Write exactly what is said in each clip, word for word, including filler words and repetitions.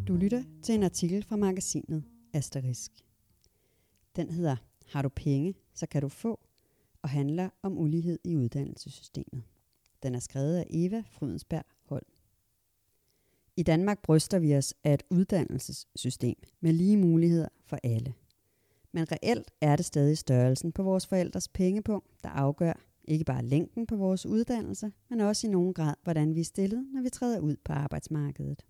Du lytter til en artikel fra magasinet Asterisk. Den hedder Har du penge, så kan du få, og handler om ulighed i uddannelsessystemet. Den er skrevet af Eva Frydensberg Holm. I Danmark bryster vi os af et uddannelsessystem med lige muligheder for alle. Men reelt er det stadig størrelsen på vores forældres pengepunkt, der afgør ikke bare længden på vores uddannelse, men også i nogen grad, hvordan vi er stillet, når vi træder ud på arbejdsmarkedet.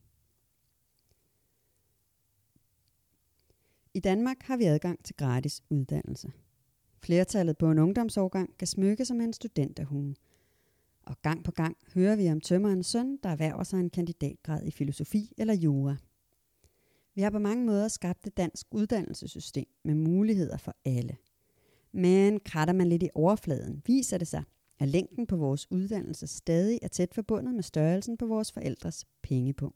I Danmark har vi adgang til gratis uddannelse. Flertallet på en ungdomsårgang kan smykke sig med en studenterhue. Og gang på gang hører vi om tømmerens søn, der erhverver sig en kandidatgrad i filosofi eller jura. Vi har på mange måder skabt et dansk uddannelsessystem med muligheder for alle. Men kratter man lidt i overfladen, viser det sig, at længden på vores uddannelse stadig er tæt forbundet med størrelsen på vores forældres pengepunkt.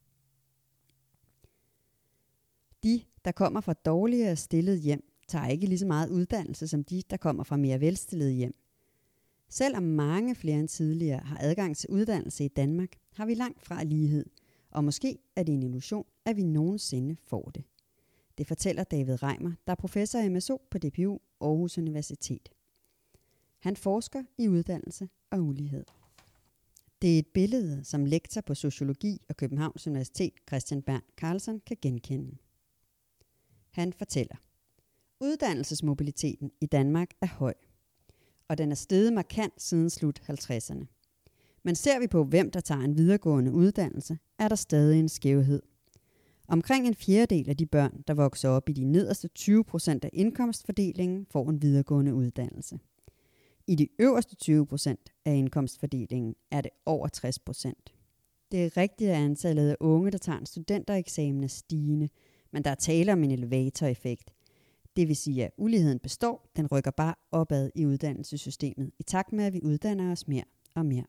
De, der kommer fra dårligere stillet hjem, tager ikke lige så meget uddannelse som de, der kommer fra mere velstillede hjem. Selvom mange flere end tidligere har adgang til uddannelse i Danmark, har vi langt fra lighed, og måske er det en illusion, at vi nogensinde får det. Det fortæller David Reimer, der er professor i M S O på D P U Aarhus Universitet. Han forsker i uddannelse og ulighed. Det er et billede, som lektor på sociologi og Københavns Universitet Christian Berndt Carlsen kan genkende. Han fortæller, uddannelsesmobiliteten i Danmark er høj, og den er steget markant siden slut halvtredserne. Men ser vi på, hvem der tager en videregående uddannelse, er der stadig en skævhed. Omkring en fjerdedel af de børn, der vokser op i de nederste tyve procent af indkomstfordelingen, får en videregående uddannelse. I de øverste tyve procent af indkomstfordelingen er det over tres procent. Det er rigtigt, at antallet af unge, der tager en studentereksamen, er stigende, men der er tale om en elevatoreffekt. Det vil sige, at uligheden består, den rykker bare opad i uddannelsessystemet, i takt med, at vi uddanner os mere og mere.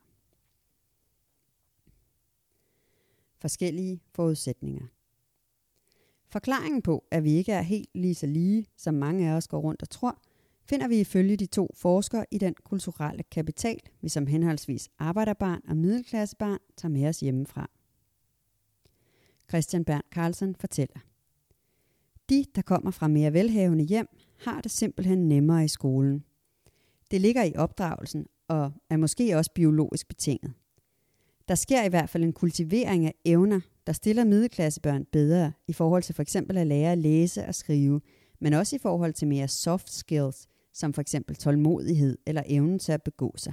Forskellige forudsætninger. Forklaringen på, at vi ikke er helt lige så lige, som mange af os går rundt og tror, finder vi ifølge de to forskere i den kulturelle kapital, vi som henholdsvis arbejderbarn og middelklassebarn tager med os hjemmefra. Christian Berndt Carlsen fortæller. De, der kommer fra mere velhavende hjem, har det simpelthen nemmere i skolen. Det ligger i opdragelsen og er måske også biologisk betinget. Der sker i hvert fald en kultivering af evner, der stiller middelklassebørn bedre i forhold til for eksempel at lære at læse og skrive, men også i forhold til mere soft skills, som for eksempel tålmodighed eller evnen til at begå sig.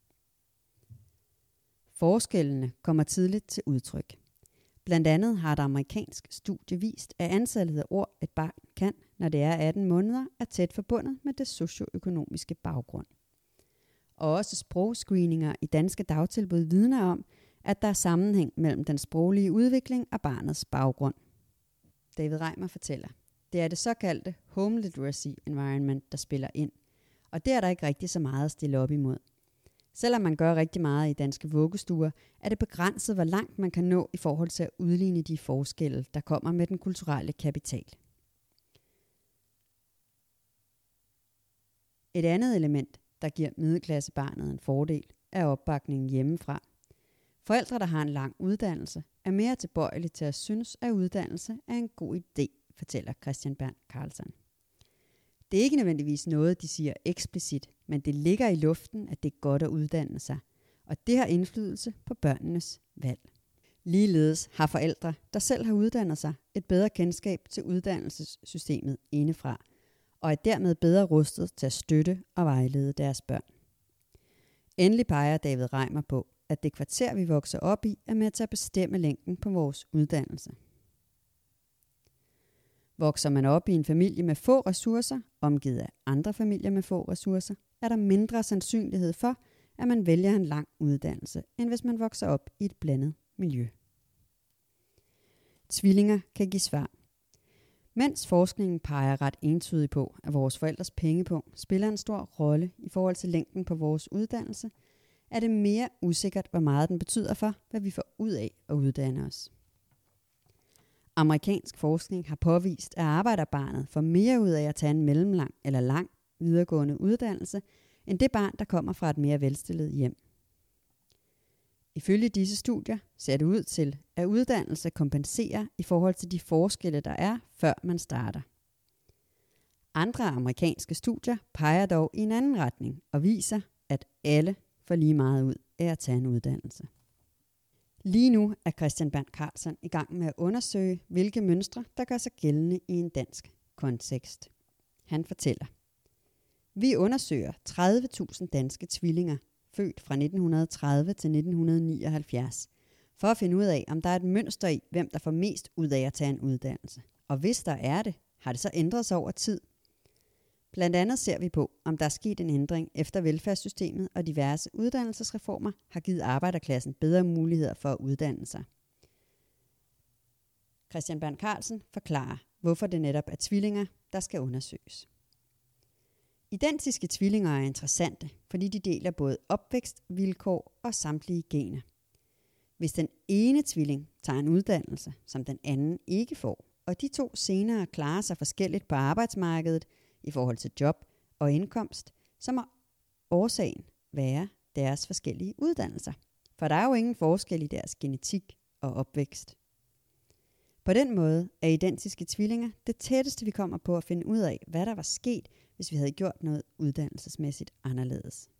Forskellene kommer tidligt til udtryk. Blandt andet har et amerikansk studie vist, at antallet af ord, et barn kan, når det er atten måneder, er tæt forbundet med det socioøkonomiske baggrund. Og også sprogscreeninger i danske dagtilbud vidner om, at der er sammenhæng mellem den sproglige udvikling og barnets baggrund. David Reimer fortæller, det er det såkaldte home literacy environment, der spiller ind, og det er der ikke rigtig så meget at stille op imod. Selvom man gør rigtig meget i danske vuggestuer, er det begrænset, hvor langt man kan nå i forhold til at udligne de forskelle, der kommer med den kulturelle kapital. Et andet element, der giver middelklassebarnet en fordel, er opbakningen hjemmefra. Forældre, der har en lang uddannelse, er mere tilbøjelige til at synes, at uddannelse er en god idé, fortæller Christian Berndt Carlsen. Det er ikke nødvendigvis noget, de siger eksplicit, men det ligger i luften, at det er godt at uddanne sig, og det har indflydelse på børnenes valg. Ligeledes har forældre, der selv har uddannet sig, et bedre kendskab til uddannelsessystemet indefra, og er dermed bedre rustet til at støtte og vejlede deres børn. Endelig peger David Reimer på, at det kvarter, vi vokser op i, er med til at bestemme længden på vores uddannelse. Vokser man op i en familie med få ressourcer, omgivet af andre familier med få ressourcer, er der mindre sandsynlighed for, at man vælger en lang uddannelse, end hvis man vokser op i et blandet miljø. Tvillinger kan give svar. Mens forskningen peger ret entydigt på, at vores forældres pengepunkt spiller en stor rolle i forhold til længden på vores uddannelse, er det mere usikkert, hvor meget den betyder for, hvad vi får ud af at uddanne os. Amerikansk forskning har påvist, at arbejderbarnet får mere ud af at tage en mellemlang eller lang videregående uddannelse, end det barn, der kommer fra et mere velstillet hjem. Ifølge disse studier ser det ud til, at uddannelse kompenserer i forhold til de forskelle, der er, før man starter. Andre amerikanske studier peger dog i en anden retning og viser, at alle får lige meget ud af at tage en uddannelse. Lige nu er Christian Berndt Carlsen i gang med at undersøge, hvilke mønstre, der gør sig gældende i en dansk kontekst. Han fortæller: Vi undersøger tredive tusind danske tvillinger, født fra nitten tredive til nitten nioghalvfjerds, for at finde ud af, om der er et mønster i, hvem der får mest ud af at tage en uddannelse. Og hvis der er det, har det så ændret sig over tid? Blandt andet ser vi på, om der er sket en ændring efter velfærdssystemet og diverse uddannelsesreformer har givet arbejderklassen bedre muligheder for at uddanne sig. Christian Berndt Carlsen forklarer, hvorfor det netop er tvillinger, der skal undersøges. Identiske tvillinger er interessante, fordi de deler både opvækstvilkår og samtlige gener. Hvis den ene tvilling tager en uddannelse, som den anden ikke får, og de to senere klarer sig forskelligt på arbejdsmarkedet i forhold til job og indkomst, så må årsagen være deres forskellige uddannelser. For der er jo ingen forskel i deres genetik og opvækst. På den måde er identiske tvillinger det tætteste, vi kommer på at finde ud af, hvad der var sket, hvis vi havde gjort noget uddannelsesmæssigt anderledes.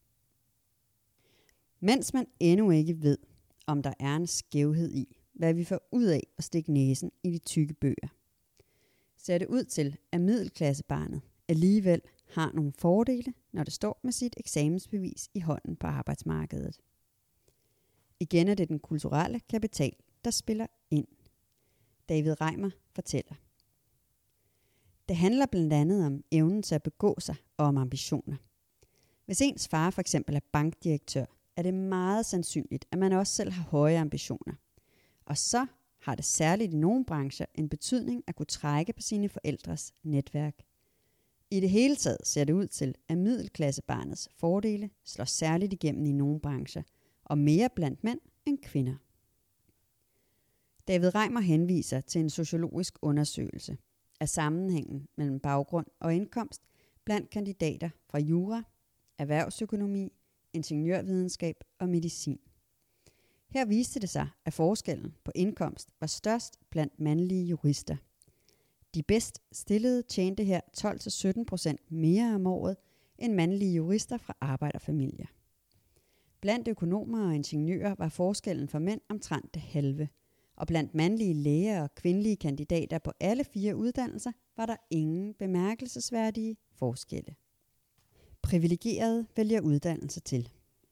Mens man endnu ikke ved, om der er en skævhed i, hvad vi får ud af at stikke næsen i de tykke bøger, ser det ud til, at middelklassebarnet alligevel har nogle fordele, når det står med sit eksamensbevis i hånden på arbejdsmarkedet. Igen er det den kulturelle kapital, der spiller ind. David Reimer fortæller: Det handler blandt andet om evnen til at begå sig og om ambitioner. Hvis ens far for eksempel er bankdirektør, er det meget sandsynligt, at man også selv har høje ambitioner. Og så har det særligt i nogle brancher en betydning at kunne trække på sine forældres netværk. I det hele taget ser det ud til, at middelklassebarnets fordele slår særligt igennem i nogle brancher, og mere blandt mænd end kvinder. David Reimer henviser til en sociologisk undersøgelse af sammenhængen mellem baggrund og indkomst blandt kandidater fra jura, erhvervsøkonomi, ingeniørvidenskab og medicin. Her viste det sig, at forskellen på indkomst var størst blandt mandlige jurister. De bedst stillede tjente her tolv til sytten procent mere om året end mandlige jurister fra arbejderfamilier. Blandt økonomer og ingeniører var forskellen for mænd omtrent det halve, og blandt mandlige læger og kvindelige kandidater på alle fire uddannelser var der ingen bemærkelsesværdige forskelle. Privilegerede vælger uddannelse til.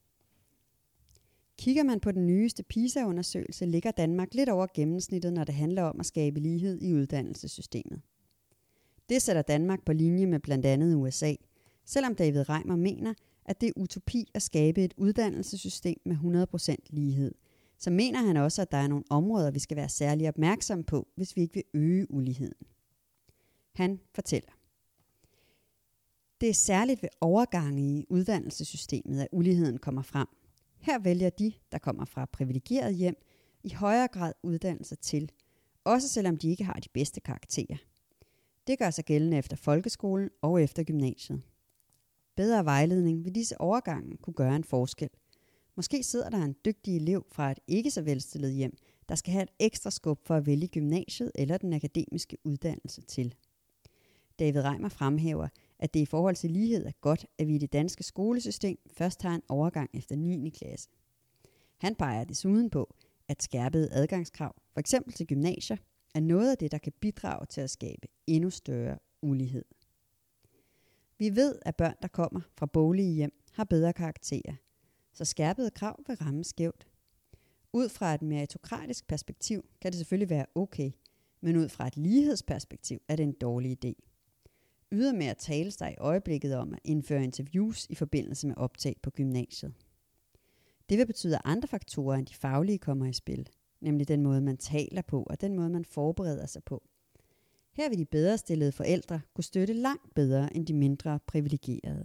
Kigger man på den nyeste PISA-undersøgelse, ligger Danmark lidt over gennemsnittet, når det handler om at skabe lighed i uddannelsessystemet. Det sætter Danmark på linje med blandt andet U S A, selvom David Reimer mener, at det er utopi at skabe et uddannelsessystem med hundrede procent lighed. Så mener han også, at der er nogle områder, vi skal være særlig opmærksomme på, hvis vi ikke vil øge uligheden. Han fortæller: Det er særligt ved overgange i uddannelsessystemet, at uligheden kommer frem. Her vælger de, der kommer fra privilegerede hjem, i højere grad uddannelse til, også selvom de ikke har de bedste karakterer. Det gør sig gældende efter folkeskolen og efter gymnasiet. Bedre vejledning vil disse overgange kunne gøre en forskel. Måske sidder der en dygtig elev fra et ikke så velstillet hjem, der skal have et ekstra skub for at vælge gymnasiet eller den akademiske uddannelse til. David Reimer fremhæver, at det i forhold til lighed er godt, at vi i det danske skolesystem først har en overgang efter niende klasse. Han peger desuden på, at skærpede adgangskrav, f.eks. til gymnasier, er noget af det, der kan bidrage til at skabe endnu større ulighed. Vi ved, at børn, der kommer fra boglige hjem, har bedre karakterer, så skærpede krav vil ramme skævt. Ud fra et meritokratisk perspektiv kan det selvfølgelig være okay, men ud fra et lighedsperspektiv er det en dårlig idé. Ydermere tales der i øjeblikket om at indføre interviews i forbindelse med optag på gymnasiet. Det vil betyde, at andre faktorer end de faglige kommer i spil, nemlig den måde, man taler på og den måde, man forbereder sig på. Her vil de bedre stillede forældre kunne støtte langt bedre end de mindre privilegerede.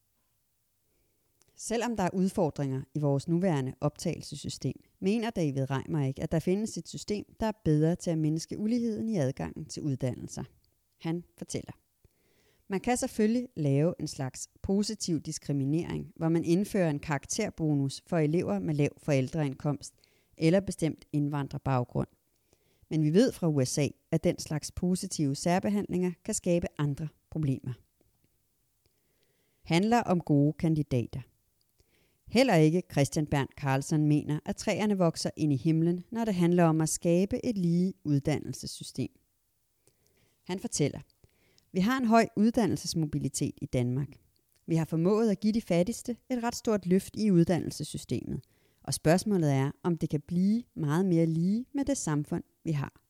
Selvom der er udfordringer i vores nuværende optagelsessystem, mener David Reimer ikke, at der findes et system, der er bedre til at mindske uligheden i adgangen til uddannelser. Han fortæller: Man kan selvfølgelig lave en slags positiv diskriminering, hvor man indfører en karakterbonus for elever med lav forældreindkomst eller bestemt indvandrerbaggrund. Men vi ved fra U S A, at den slags positive særbehandlinger kan skabe andre problemer. Handler om gode kandidater. Heller ikke Christian Berndt Carlsson mener, at træerne vokser ind i himlen, når det handler om at skabe et lige uddannelsessystem. Han fortæller, vi har en høj uddannelsesmobilitet i Danmark. Vi har formået at give de fattigste et ret stort løft i uddannelsessystemet, og spørgsmålet er, om det kan blive meget mere lige med det samfund, vi har.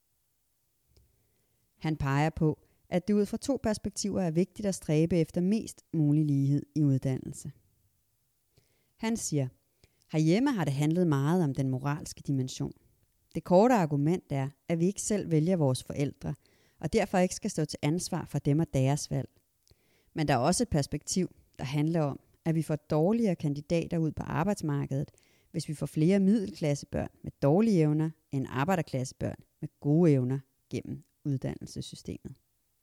Han peger på, at det ud fra to perspektiver er vigtigt at stræbe efter mest mulig lighed i uddannelse. Han siger, herhjemme har det handlet meget om den moralske dimension. Det korte argument er, at vi ikke selv vælger vores forældre, og derfor ikke skal stå til ansvar for dem og deres valg. Men der er også et perspektiv, der handler om, at vi får dårligere kandidater ud på arbejdsmarkedet, hvis vi får flere middelklassebørn med dårlige evner end arbejderklassebørn med gode evner gennem uddannelsessystemet.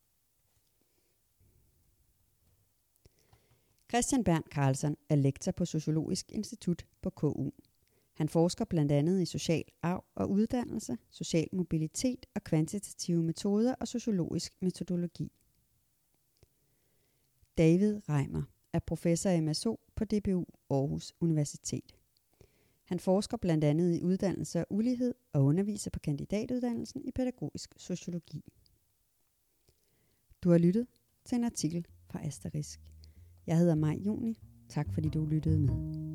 Christian Berndt Carlsson er lektor på Sociologisk Institut på K U. Han forsker blandt andet i social arv og uddannelse, social mobilitet og kvantitative metoder og sociologisk metodologi. David Reimer er professor i M S O på D B U Aarhus Universitet. Han forsker blandt andet i uddannelse og ulighed og underviser på kandidatuddannelsen i pædagogisk sociologi. Du har lyttet til en artikel fra Asterisk. Jeg hedder Maj Juni. Tak fordi du lyttede med.